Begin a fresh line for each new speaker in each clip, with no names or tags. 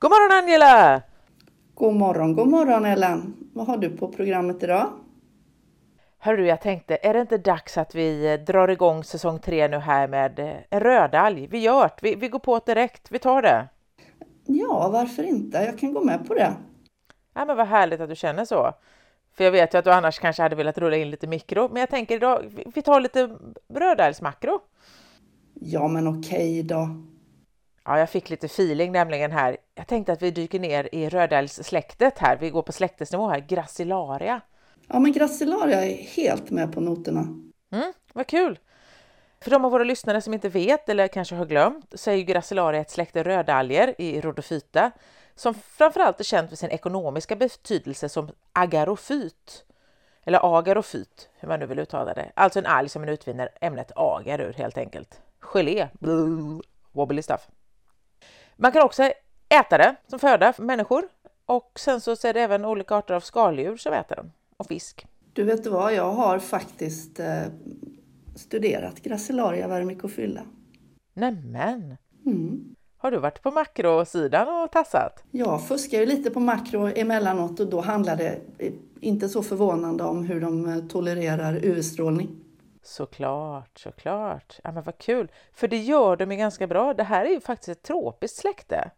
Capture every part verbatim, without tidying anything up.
God morgon Angela!
God morgon, god morgon Ellen. Vad har du på programmet idag?
Hörru, jag tänkte, är det inte dags att vi drar igång säsong tre nu här med en rödalg? Vi gör det, vi, vi går på det direkt, vi tar det.
Ja, varför inte? Jag kan gå med på det.
Ja, men vad härligt att du känner så. För jag vet ju att du annars kanske hade velat rulla in lite mikro. Men jag tänker idag, vi tar lite rödalgsmakro.
Ja, men okej då.
Ja, jag fick lite feeling nämligen här. Jag tänkte att vi dyker ner i rödalgssläktet här. Vi går på släktesnivå här, Gracilaria.
Ja, men Gracilaria är helt med på noterna.
Mm, vad kul! För de av våra lyssnare som inte vet eller kanske har glömt så är ju Gracilaria ett släkte rödalger i Rhodophyta som framförallt är känt för sin ekonomiska betydelse som agarofyt. Eller agarofyt, hur man nu vill uttala det. Alltså en alg som man utvinner ämnet agar ur helt enkelt. Gelé, blub, wobbly stuff. Man kan också äta det som föda för människor och sen så är det även olika arter av skaldjur som äter den och fisk.
Du vet vad, jag har faktiskt eh, studerat Gracilaria vermicophylla.
Nämen!
Mm.
Har du varit på makrosidan och tassat?
Jag fuskar ju lite på makro emellanåt och då handlar det inte så förvånande om hur de tolererar U V-strålning.
Såklart, såklart. Ja, men vad kul. För det gör de ju ganska bra. Det här är ju faktiskt ett tropiskt släkte.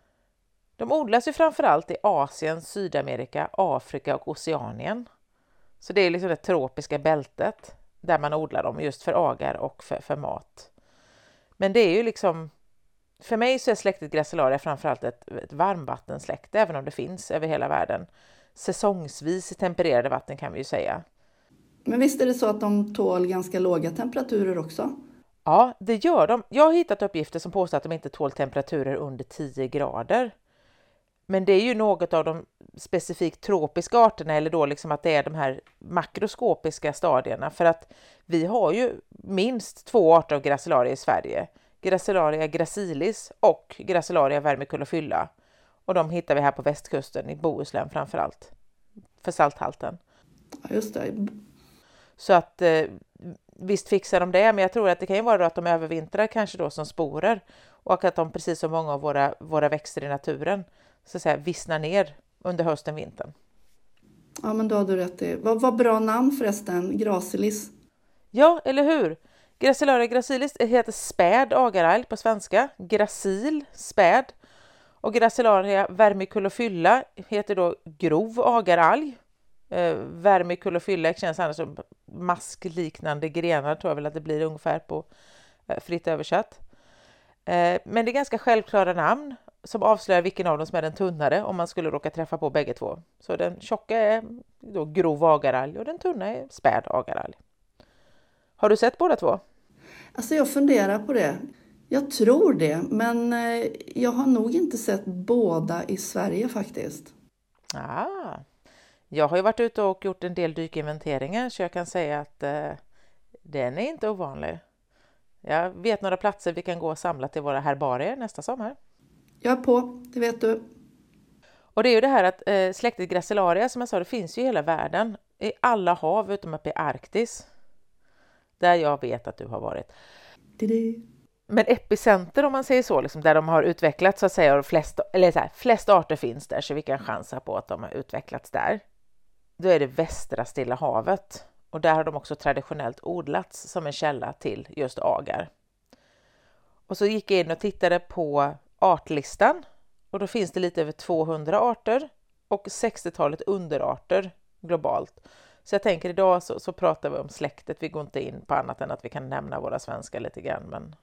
De odlas ju framförallt i Asien, Sydamerika, Afrika och Oceanien. Så det är liksom det tropiska bältet där man odlar dem just för agar och för, för mat. Men det är ju liksom, för mig så är släktet Gracilaria framförallt ett, ett varmvattensläkte även om det finns över hela världen. Säsongsvis i tempererade vatten kan vi ju säga.
Men visst är det så att de tål ganska låga temperaturer också?
Ja, det gör de. Jag har hittat uppgifter som påstår att de inte tål temperaturer under tio grader. Men det är ju något av de specifikt tropiska arterna eller då liksom att det är de här makroskopiska stadierna. För att vi har ju minst två arter av Gracilaria i Sverige. Gracilaria gracilis och Gracilaria vermiculophylla. Och de hittar vi här på västkusten i Bohuslän framförallt. För salthalten.
Ja, just det.
Så att eh, visst fixar de det, men jag tror att det kan ju vara att de övervintrar kanske då som sporer och att de precis som många av våra, våra växter i naturen så att säga vissnar ner under hösten, vintern.
Ja, men då har du rätt i. Vad, vad bra namn förresten, gracilis.
Ja, eller hur? Gracilaria gracilis heter späd agaralg på svenska, gracil, späd. Och Gracilaria vermiculophylla heter då grov agaralg. Eh, vermiculophylla känns annars som maskliknande grenar, tror jag väl att det blir ungefär på eh, fritt översatt. Eh, men det är ganska självklara namn som avslöjar vilken av dem som är den tunnare om man skulle råka träffa på bägge två. Så den tjocka är då grov agaralg och den tunna är späd agaralg. Har du sett båda två?
Alltså jag funderar på det. Jag tror det, men jag har nog inte sett båda i Sverige faktiskt.
Ah, jag har ju varit ute och gjort en del dykinventeringar så jag kan säga att eh, den är inte ovanlig. Jag vet några platser vi kan gå och samla till våra herbarier nästa sommar.
Jag är på, det vet du.
Och det är ju det här att eh, släktet Gracilaria som jag sa, det finns ju i hela världen. I alla hav utom uppe i Arktis. Där jag vet att du har varit.
Didi.
Men epicenter om man säger så, liksom, där de har utvecklats så att säga, och flest, eller så här, flest arter finns där så vi kan chansa på att de har utvecklats där. Då är det västra Stilla havet och där har de också traditionellt odlats som en källa till just agar. Och så gick jag in och tittade på artlistan och då finns det lite över tvåhundra arter och sextiotalet underarter globalt. Så jag tänker idag så, så pratar vi om släktet, vi går inte in på annat än att vi kan nämna våra svenska lite grann. Men,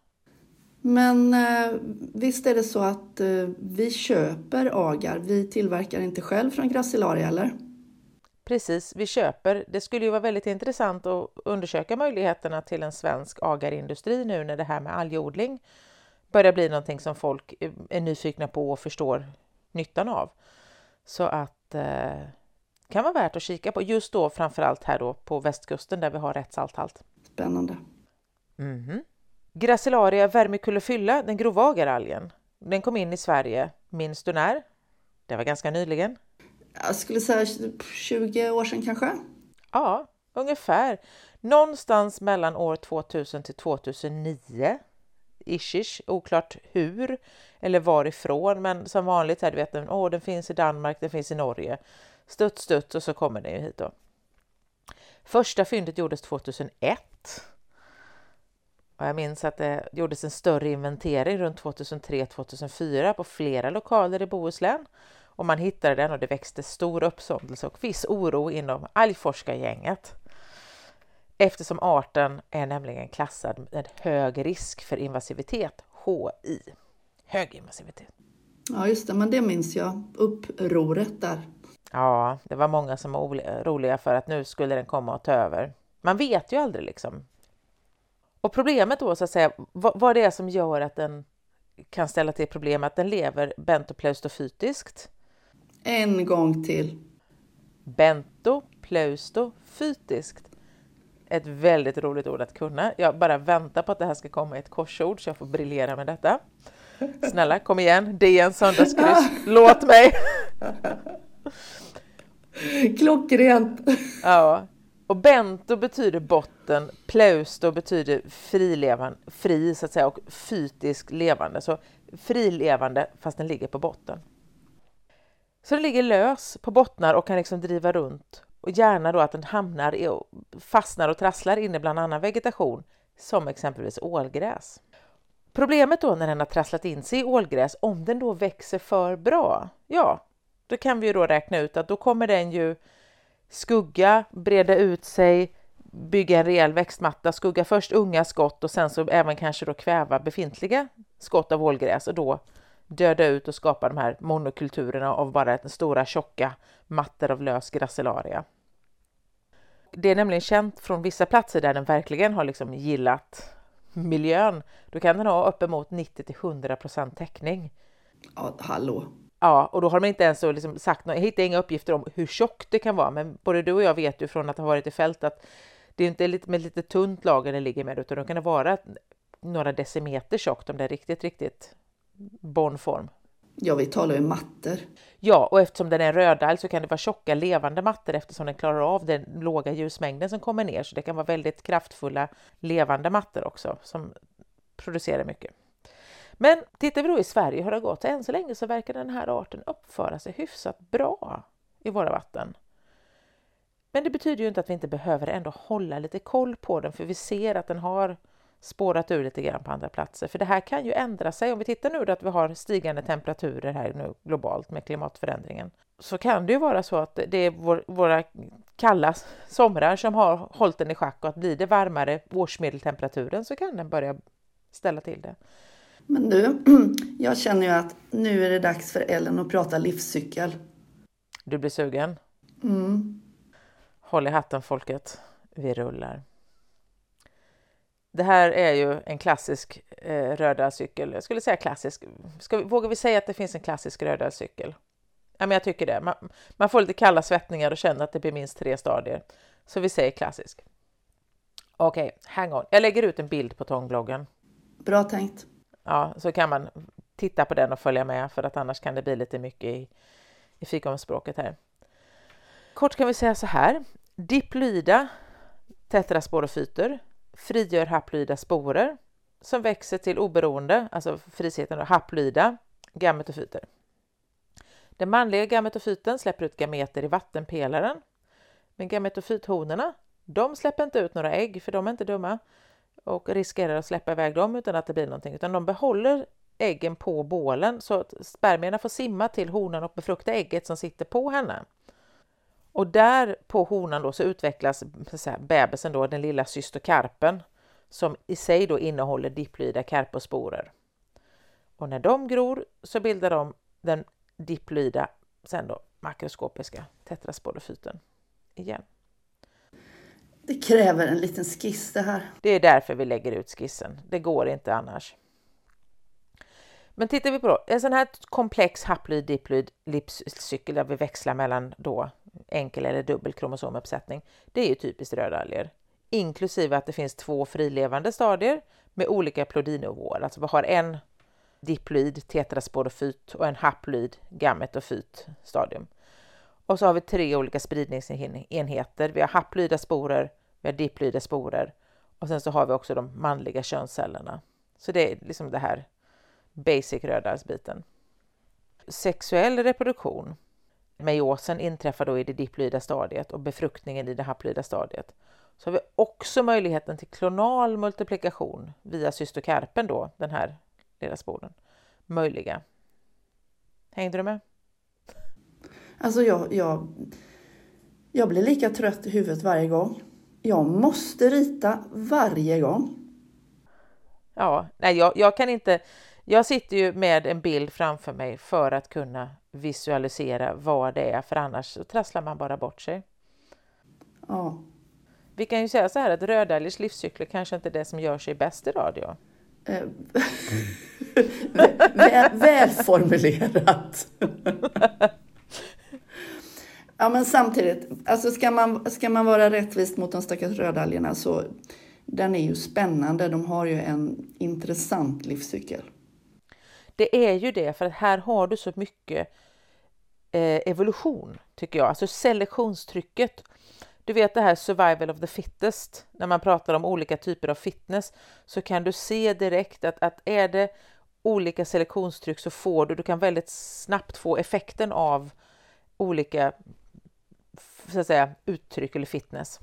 men eh, visst är det så att eh, vi köper agar, vi tillverkar inte själv från Gracilaria eller?
Precis, vi köper. Det skulle ju vara väldigt intressant att undersöka möjligheterna till en svensk agarindustri nu när det här med algodling börjar bli någonting som folk är nyfikna på och förstår nyttan av. Så att eh, kan vara värt att kika på just då framförallt här då på västkusten där vi har rätt salthalt.
Spännande.
Mm-hmm. Gracilaria vermiculophylla, den grova agaralgen, den kom in i Sverige, minns du när? Det var ganska nyligen.
Jag skulle säga tjugo år sedan kanske.
Ja, ungefär. Någonstans mellan år tvåtusen till tvåtusen nio ishish, oklart hur eller varifrån, men som vanligt här, du vet, den, åh, den finns i Danmark, den finns i Norge. Stutt, stutt och så kommer den ju hit då. Första fyndet gjordes tjugohundraett. Och jag minns att det gjordes en större inventering runt tjugohundratre till tjugohundrafyra på flera lokaler i Bohuslän. Och man hittade den och det växte stor uppståndelse och viss oro inom algforskargänget. Eftersom arten är nämligen klassad med hög risk för invasivitet, H I. Hög invasivitet.
Ja, just det, men det minns jag. Upproret där.
Ja, det var många som var oroliga för att nu skulle den komma att ta över. Man vet ju aldrig liksom. Och problemet då, så att säga, vad, vad det är som gör att den kan ställa till problem att den lever bentoplaustofytiskt.
En gång till.
Bentoplaustofytiskt. Ett väldigt roligt ord att kunna. Jag bara väntar på att det här ska komma i ett korsord så jag får briljera med detta. Snälla, kom igen. D N söndagskryss. Låt mig.
Klockrent.
Ja. Och bento betyder botten, pleusto betyder frilevande, fri så att säga, och fytisk levande. Så frilevande fast den ligger på botten. Så den ligger lös på bottnar och kan liksom driva runt. Och gärna då att den hamnar i, fastnar och trasslar inne bland annan vegetation som exempelvis ålgräs. Problemet då när den har trasslat in sig i ålgräs, om den då växer för bra, ja, då kan vi ju då räkna ut att då kommer den ju skugga, breda ut sig, bygga en rejäl växtmatta, skugga först unga skott och sen så även kanske då kväva befintliga skott av ålgräs och då döda ut och skapa de här monokulturerna av bara en stora tjocka mattor av lös gracilaria. Det är nämligen känt från vissa platser där den verkligen har liksom gillat miljön. Då kan den ha uppemot nittio till hundra procent täckning.
Ja, hallå.
Ja, och då har man inte ens så liksom sagt, jag hittar inga uppgifter om hur tjockt det kan vara, men både du och jag vet ju från att ha varit i fält att det är inte lite med lite tunt lager det ligger med, utan då kan det vara några decimeter tjockt om det är riktigt, riktigt bonform.
Ja, vi talar ju mattor.
Ja, och eftersom den är rödalg så kan det vara tjocka levande mattor eftersom den klarar av den låga ljusmängden som kommer ner, så det kan vara väldigt kraftfulla levande mattor också som producerar mycket. Men tittar vi då i Sverige hur det har gått, än så länge så verkar den här arten uppföra sig hyfsat bra i våra vatten. Men det betyder ju inte att vi inte behöver ändå hålla lite koll på den, för vi ser att den har spårat ur lite grann på andra platser. För det här kan ju ändra sig. Om vi tittar nu då att vi har stigande temperaturer här nu globalt med klimatförändringen, så kan det ju vara så att det är vår, våra kalla somrar som har hållit den i schack, och att blir det varmare årsmedeltemperaturen så kan den börja ställa till det.
Men du, jag känner ju att nu är det dags för Ellen att prata livscykel.
Du blir sugen?
Mm.
Håll i hatten folket, vi rullar. Det här är ju en klassisk eh, rödalscykel. Jag skulle säga klassisk. Ska vi, vågar vi säga att det finns en klassisk rödalscykel? Ja, men jag tycker det. Man, man får lite kalla svettningar och känner att det blir minst tre stadier. Så vi säger klassisk. Okej, okay, hang on. Jag lägger ut en bild på Tångbloggen.
Bra tänkt.
Ja, så kan man titta på den och följa med, för att annars kan det bli lite mycket i, i fikonspråket här. Kort kan vi säga så här. Diploida tetrasporofyter frigör haploida sporer som växer till oberoende, alltså frisheten, haploida gametofyter. Den manliga gametofyten släpper ut gameter i vattenpelaren, men gametofythonorna, de släpper inte ut några ägg, för de är inte dumma och riskerar att släppa iväg dem utan att det blir någonting, utan de behåller äggen på bålen så att spermierna får simma till honan och befrukta ägget som sitter på henne. Och där på honan då så utvecklas så att säga, bebisen då, den lilla cystokarpen, som i sig då innehåller diploida karposporer. Och när de gror så bildar de den diploida, sen då makroskopiska tetrasporofyten igen.
Det kräver en liten skiss det här.
Det är därför vi lägger ut skissen. Det går inte annars. Men tittar vi på då, en sån här komplex haploid diploid livscykel där vi växlar mellan då enkel eller dubbel kromosomuppsättning, det är ju typiskt rödalger. Inklusive att det finns två frilevande stadier med olika plodinivåer. Alltså vi har en diploid tetrasporofyt och en haploid gametofyt stadium. Och så har vi tre olika spridningsenheter. Vi har haploida sporer, vi har diploida sporer och sen så har vi också de manliga könscellerna Så det är liksom det här basic rödalgsbiten. Sexuell reproduktion. Meiosen inträffar då i det diploida stadiet och befruktningen i det haploida stadiet. Så har vi också möjligheten till klonal multiplikation via cystokarpen då, den här lilla sporen. Möjliga. Hängde du med?
Alltså jag, jag, jag blir lika trött i huvudet varje gång. Jag måste rita varje gång.
Ja, nej jag, jag kan inte... Jag sitter ju med en bild framför mig för att kunna visualisera vad det är, för annars så trasslar man bara bort sig.
Ja.
Vi kan ju säga så här att rödalgers livscykler kanske inte är det som gör sig bäst i radio.
Eh, väl, välformulerat. Ja, men samtidigt, alltså ska man, ska man vara rättvist mot de stackars rödalgerna så den är ju spännande. De har ju en intressant livscykel.
Det är ju det, för att här har du så mycket eh, evolution tycker jag. Alltså selektionstrycket. Du vet det här survival of the fittest. När man pratar om olika typer av fitness så kan du se direkt att, att är det olika selektionstryck så får du, du kan väldigt snabbt få effekten av olika så att säga, uttryck eller fitness.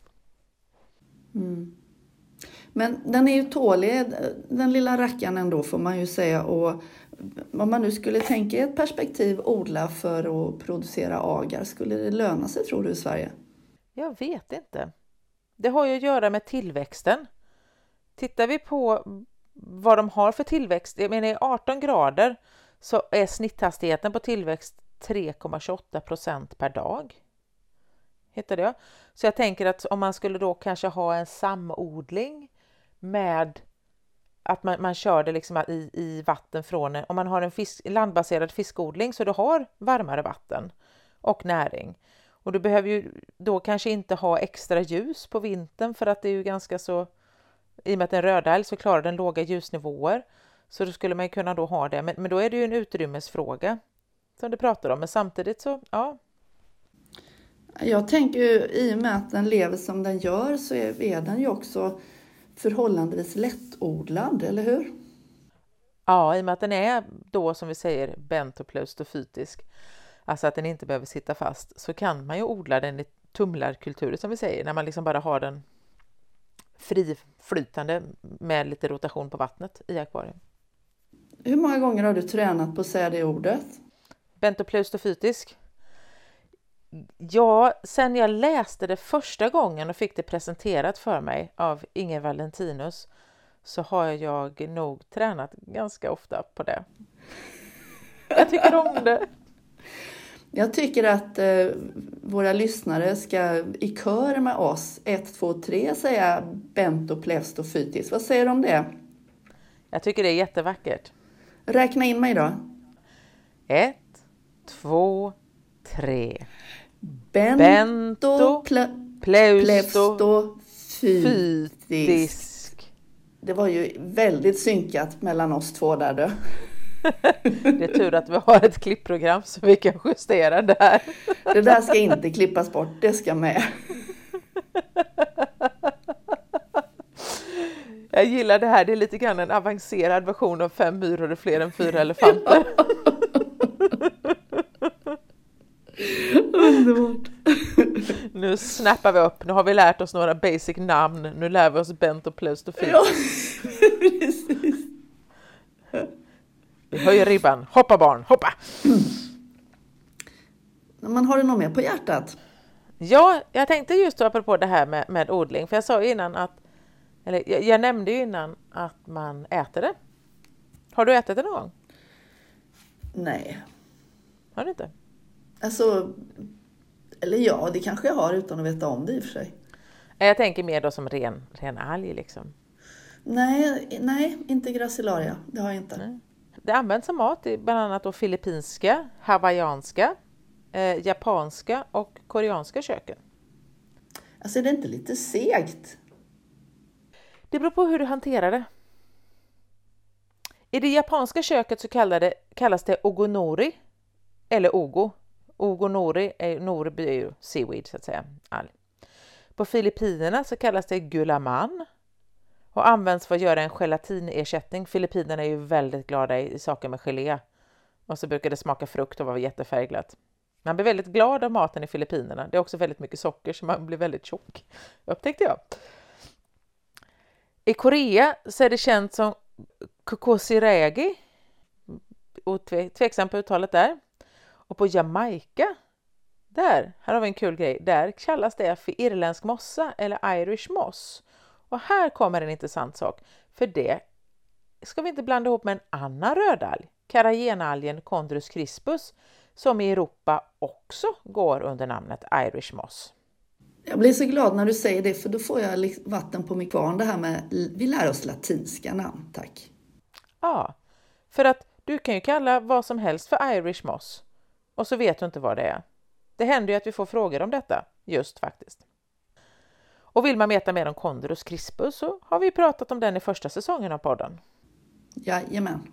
Mm. Men den är ju tålig, den lilla rackaren ändå får man ju säga. Och om man nu skulle tänka i ett perspektiv odla för att producera agar, skulle det löna sig tror du i Sverige?
Jag vet inte. Det har ju att göra med tillväxten. Tittar vi på vad de har för tillväxt, jag menar i arton grader så är snitthastigheten på tillväxt tre komma tjugoåtta procent per dag. Hittade jag. Så jag tänker att om man skulle då kanske ha en samodling med att man, man kör det liksom i, i vatten från, om man har en fisk, landbaserad fiskodling så du har varmare vatten och näring. Och du behöver ju då kanske inte ha extra ljus på vintern för att det är ju ganska så, i och med att den rödalg så klarar den låga ljusnivåer. Så då skulle man kunna då ha det, men, men då är det ju en utrymmesfråga som du pratar om. Men samtidigt så, ja.
Jag tänker ju i och med att den lever som den gör så är, är den ju också förhållandevis lättodlad, eller hur?
Ja, i och med att den är då som vi säger bentoplaustofytisk, alltså att den inte behöver sitta fast, så kan man ju odla den i tumlarkulturer som vi säger, när man liksom bara har den friflytande med lite rotation på vattnet i akvarium.
Hur många gånger har du tränat på att säga det ordet?
Bentoplaustofytisk? Ja, sen jag läste det första gången och fick det presenterat för mig av Inger Valentinus så har jag nog tränat ganska ofta på det. Jag tycker om det.
Jag tycker att eh, våra lyssnare ska i kör med oss ett, två, tre säga bentoplaustofytisk. Vad säger du om det?
Jag tycker det är jättevackert.
Räkna in mig då.
Ett, två, tre.
Bentoplaustofytisk. Det var ju väldigt synkat mellan oss två där du.
Det är tur att vi har ett klippprogram så vi kan justera där.
Det där ska inte klippas bort, det ska med.
Jag gillar det här, det är lite grann en avancerad version av fem myror och fler än fyra elefanter.
Underbart.
Nu snappar vi upp, nu har vi lärt oss några basic namn, nu lär vi oss bentoplaustofytisk.
Ja, precis.
Vi höjer ribban, hoppa barn, hoppa!
Man har det nog mer på hjärtat.
Ja, jag tänkte just apropå det här med, med odling, för jag sa innan att, eller jag, jag nämnde ju innan att man äter det. Har du ätit det någon gång?
Nej.
Har du inte?
Alltså, eller ja, det kanske jag har utan att veta om det i och för sig.
Jag tänker mer då som ren, ren alg liksom.
Nej, nej, inte gracilaria, det har jag inte.
Nej. Det används som mat i bland annat då filippinska, hawaiianska, eh, japanska och koreanska köken.
Alltså är det inte lite segt?
Det beror på hur du hanterar det. I det japanska köket så kallar det, kallas det ogonori eller ogo. Ogonori är, nori är ju seaweed så att säga, alg. På Filippinerna så kallas det gulaman. och används för att göra en gelatinersättning. Filippinerna är ju väldigt glada i, i saker med gelé. Och så brukar det smaka frukt och vara jättefärgglatt. Man blir väldigt glad av maten i Filippinerna. Det är också väldigt mycket socker så man blir väldigt tjock, upptäckte jag. I Korea så är det känt som kokosiragi. Tveksam på uttalet där. Och på Jamaica, där, här har vi en kul grej. Där kallas det för irländsk mossa eller Irish moss. Och här kommer en intressant sak. För det ska vi inte blanda ihop med en annan rödalg. Carrageenalgen Chondrus crispus. Som i Europa också går under namnet Irish moss.
Jag blir så glad när du säger det, för då får jag vatten på min kvarn. Det här med, vi lär oss latinska namn, tack.
Ja, för att du kan ju kalla vad som helst för Irish moss. Och så vet du inte vad det är. Det händer ju att vi får frågor om detta, just faktiskt. Och vill man veta mer om Chondrus crispus så har vi pratat om den i första säsongen av podden.
Jajamän.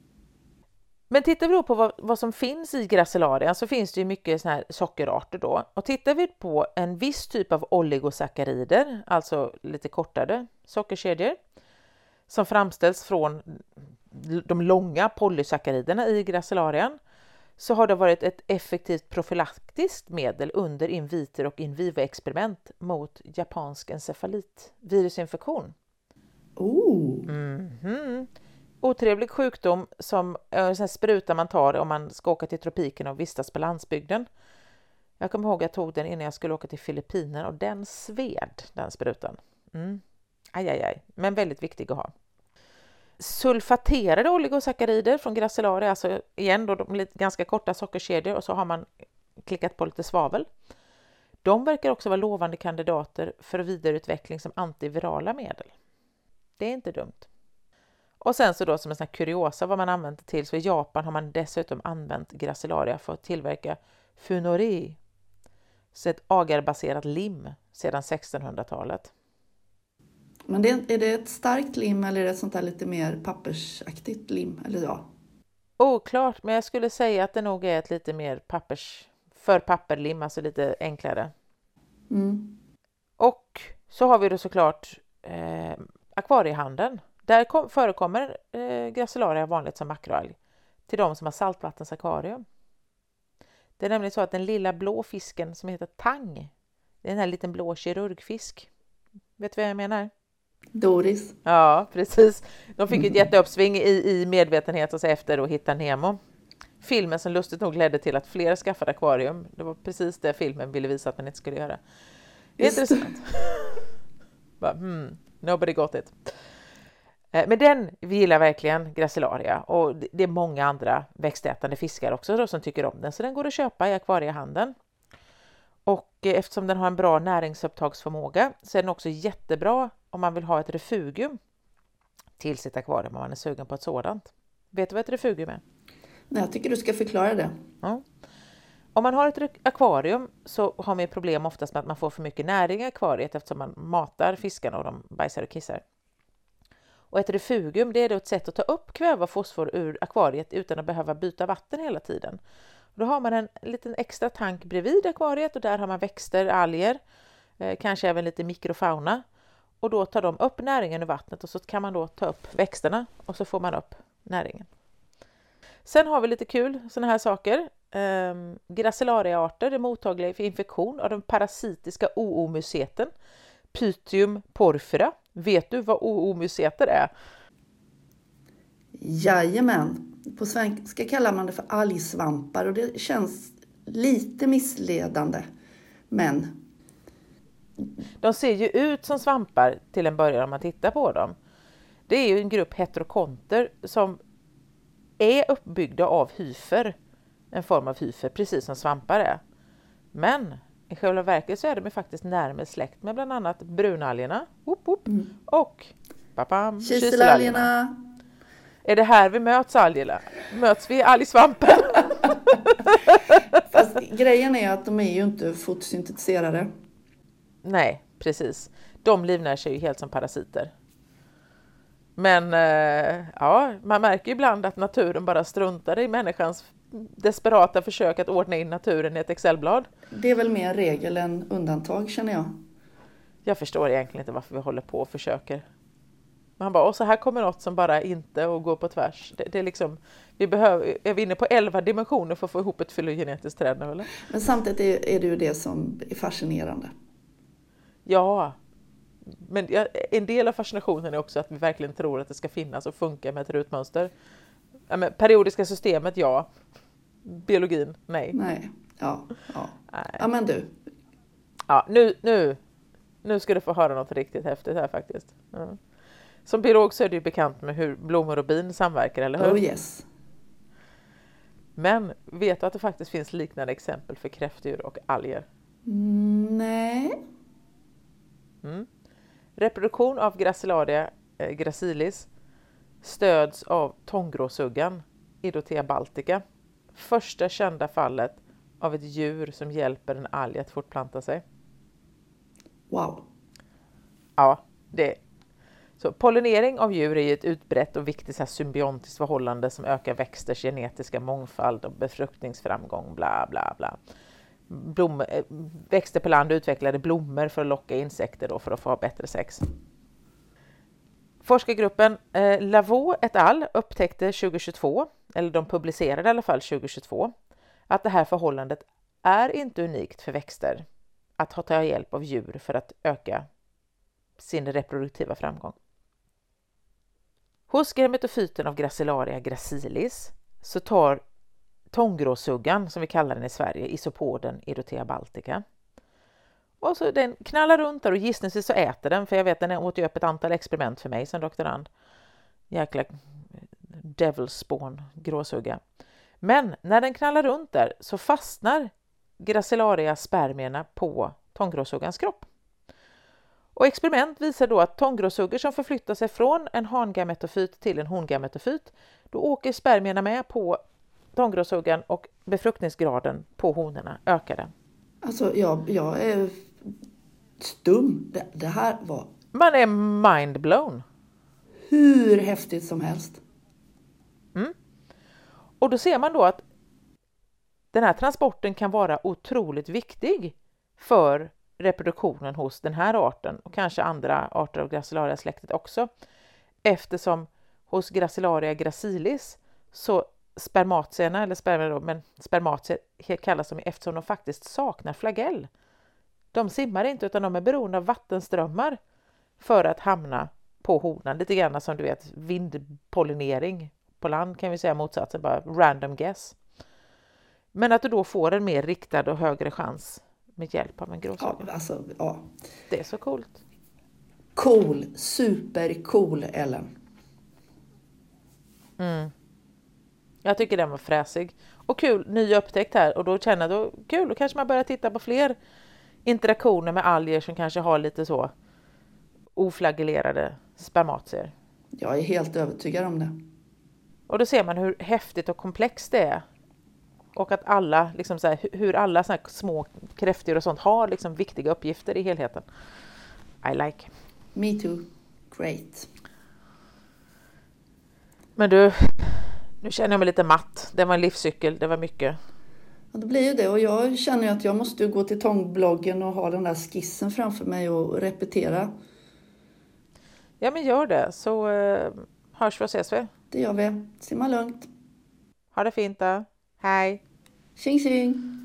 Men tittar vi då på vad, vad som finns i Gracilaria så finns det ju mycket såna här sockerarter då. Och tittar vi på en viss typ av oligosackarider, alltså lite kortare sockerkedjor, som framställs från de långa polysackariderna i Gracilarian, så har det varit ett effektivt profylaktiskt medel under in vitro och in vivo-experiment mot japansk encefalit, virusinfektion.
Oh.
Mm-hmm. Otrevlig sjukdom som en sån här spruta man tar om man ska åka till tropiken och vistas på landsbygden. Jag kommer ihåg att jag tog den innan jag skulle åka till Filippinerna och den sved, den sprutan. Mm. Aj, aj, aj. Men väldigt viktig att ha. Sulfaterade oligosackarider från Gracilaria, alltså igen då de lite ganska korta sockerkedjor och så har man klickat på lite svavel. De verkar också vara lovande kandidater för vidareutveckling som antivirala medel. Det är inte dumt. Och sen så då som en sån här kuriosa vad man använt det till, så i Japan har man dessutom använt Gracilaria för att tillverka funori, så ett agarbaserat lim sedan sextonhundratalet.
Men det, är det ett starkt lim eller är det ett sånt här lite mer pappersaktigt lim? Eller ja?
Oklart, men jag skulle säga att det nog är ett lite mer pappers, för papperlim, alltså lite enklare.
Mm.
Och så har vi då såklart eh, akvariehandeln. Där kom, förekommer eh, Gracilaria vanligt som makroalg till de som har saltvattensakvarium. Det är nämligen så att den lilla blå fisken som heter tang, det är en här liten blå kirurgfisk. Vet du vad jag menar?
Doris.
Ja, precis. De fick ett jätteuppsving i, i medvetenhet och så efter att hitta Nemo. Filmen som lustigt nog ledde till att fler skaffade akvarium. Det var precis det filmen ville visa att man inte skulle göra. Det är intressant. Bara, hmm, nobody got it. Men den vi gillar verkligen Gracilaria, och det är många andra växtätande fiskar också då som tycker om den, så den går att köpa i akvariehandeln. Och eftersom den har en bra näringsupptagsförmåga så är den också jättebra om man vill ha ett refugium till sitt akvarium om man är sugen på ett sådant. Vet du vad ett refugium är?
Nej, jag tycker du ska förklara det.
Ja. Om man har ett akvarium så har man problem oftast med att man får för mycket näring i akvariet eftersom man matar fiskarna och de bajsar och kissar. Och ett refugium, det är då ett sätt att ta upp kväve och fosfor ur akvariet utan att behöva byta vatten hela tiden. Då har man en liten extra tank bredvid akvariet och där har man växter, alger, eh, kanske även lite mikrofauna. Och då tar de upp näringen ur vattnet och så kan man då ta upp växterna och så får man upp näringen. Sen har vi lite kul sådana här saker. Eh, Gracilaria-arter är mottagliga för infektion av den parasitiska O O-museten. Pythium porphyra. Vet du vad O O-museter är?
Jajamän. På svenska kallar man det för algsvampar och det känns lite missledande. Men
de ser ju ut som svampar till en början om man tittar på dem. Det är ju en grupp heterokonter som är uppbyggda av hyfer. En form av hyfer, precis som svampar är. Men i själva verket så är de faktiskt närmare släkt med bland annat brunalgerna whoop, whoop, mm. och papam,
kiselalgerna.
Är det här vi möts algerna? Möts vi algsvampen?
Fast grejen är att de är ju inte fotosyntetiserade.
Nej, precis. De livnär sig ju helt som parasiter. Men eh, ja, man märker ibland att naturen bara struntar i människans desperata försök att ordna in naturen i ett Excelblad.
Det är väl mer regel än undantag, känner jag.
Jag förstår egentligen inte varför vi håller på och försöker. Man bara, och så här kommer något som bara inte och går på tvärs. Det, det är liksom, vi behöver, är vi inne på elva dimensioner för att få ihop ett fylogenetiskt träd nu, eller?
Men samtidigt är, är det ju det som är fascinerande.
Ja, men en del av fascinationen är också att vi verkligen tror att det ska finnas och funka med ett rutmönster. Ja, men periodiska systemet, ja. Biologin, nej.
Nej, ja, ja.
Nej.
Ja, men du.
Ja, nu, nu, nu ska du få höra något riktigt häftigt här faktiskt. Ja. Som biolog så är du bekant med hur blommor och bin samverkar, eller hur?
Oh yes.
Men vet du att det faktiskt finns liknande exempel för kräftdjur och alger?
Mm, nej.
Mm. Reproduktion av Gracilaria eh, gracilis stöds av tånggråsuggan Idothea baltica. Första kända fallet av ett djur som hjälper en alg att fortplanta sig.
Wow.
Ja, det. Så pollinering av djur är ju ett utbrett och viktigt så här symbiontiskt förhållande som ökar växters genetiska mångfald och befruktningsframgång, bla bla bla. Blom, växter på land utvecklade blommor för att locka insekter då för att få ha bättre sex. Forskargruppen eh, Lavaux et al. Upptäckte tjugohundratjugotvå, eller de publicerade i alla fall tjugohundratjugotvå, att det här förhållandet är inte unikt för växter att ha ta hjälp av djur för att öka sin reproduktiva framgång. Hos germetofyten av Gracilaria gracilis så tar tånggråsuggan, som vi kallar den i Sverige, isopoden Idothea baltica. Och så den knallar runt där och gissningsvis så äter den, för jag vet den åt ju upp ett antal experiment för mig som doktorand. Jäkla devil spawn, gråsugga. Men när den knallar runt där så fastnar Gracilaria spermierna på tånggråsuggans kropp. Och experiment visar då att tånggråsuggor som förflyttar sig från en hangametofyt till en hongametofyt, då åker spermierna med på tånggråsuggan och befruktningsgraden på honorna ökade.
Alltså jag, jag är stum. Det, det här var...
Man är mindblown.
Hur häftigt som helst.
Mm. Och då ser man då att den här transporten kan vara otroligt viktig för reproduktionen hos den här arten och kanske andra arter av Gracilaria-släktet också. Eftersom hos Gracilaria gracilis så spermatierna, eller spermier då, men spermatier kallas de eftersom de faktiskt saknar flagell. De simmar inte utan de är beroende av vattenströmmar för att hamna på honan. Lite grann som du vet vindpollinering. På land kan vi säga motsatsen, bara random guess. Men att du då får en mer riktad och högre chans med hjälp av en gråsugga.
Ja, alltså, ja.
Det är så coolt.
Cool, supercool Ellen.
Mm. Jag tycker den var fräsig. Och kul, ny upptäckt här. Och då känner jag, då, kul, då kanske man börjar titta på fler interaktioner med alger som kanske har lite så oflagellerade spermatier.
Jag är helt övertygad om det.
Och då ser man hur häftigt och komplext det är. Och att alla, liksom så här, hur alla såna här små kräftdjur och sånt har liksom viktiga uppgifter i helheten. I like.
Me too. Great.
Men du, nu känner jag mig lite matt. Det var en livscykel, det var mycket.
Ja, det blir ju det. Och jag känner ju att jag måste gå till tångbloggen och ha den där skissen framför mig och repetera.
Ja, men gör det. Så uh, hörs vi och ses vi.
Det gör vi. Simma lugnt.
Ha det fint då. Hej.
Tjing tjing.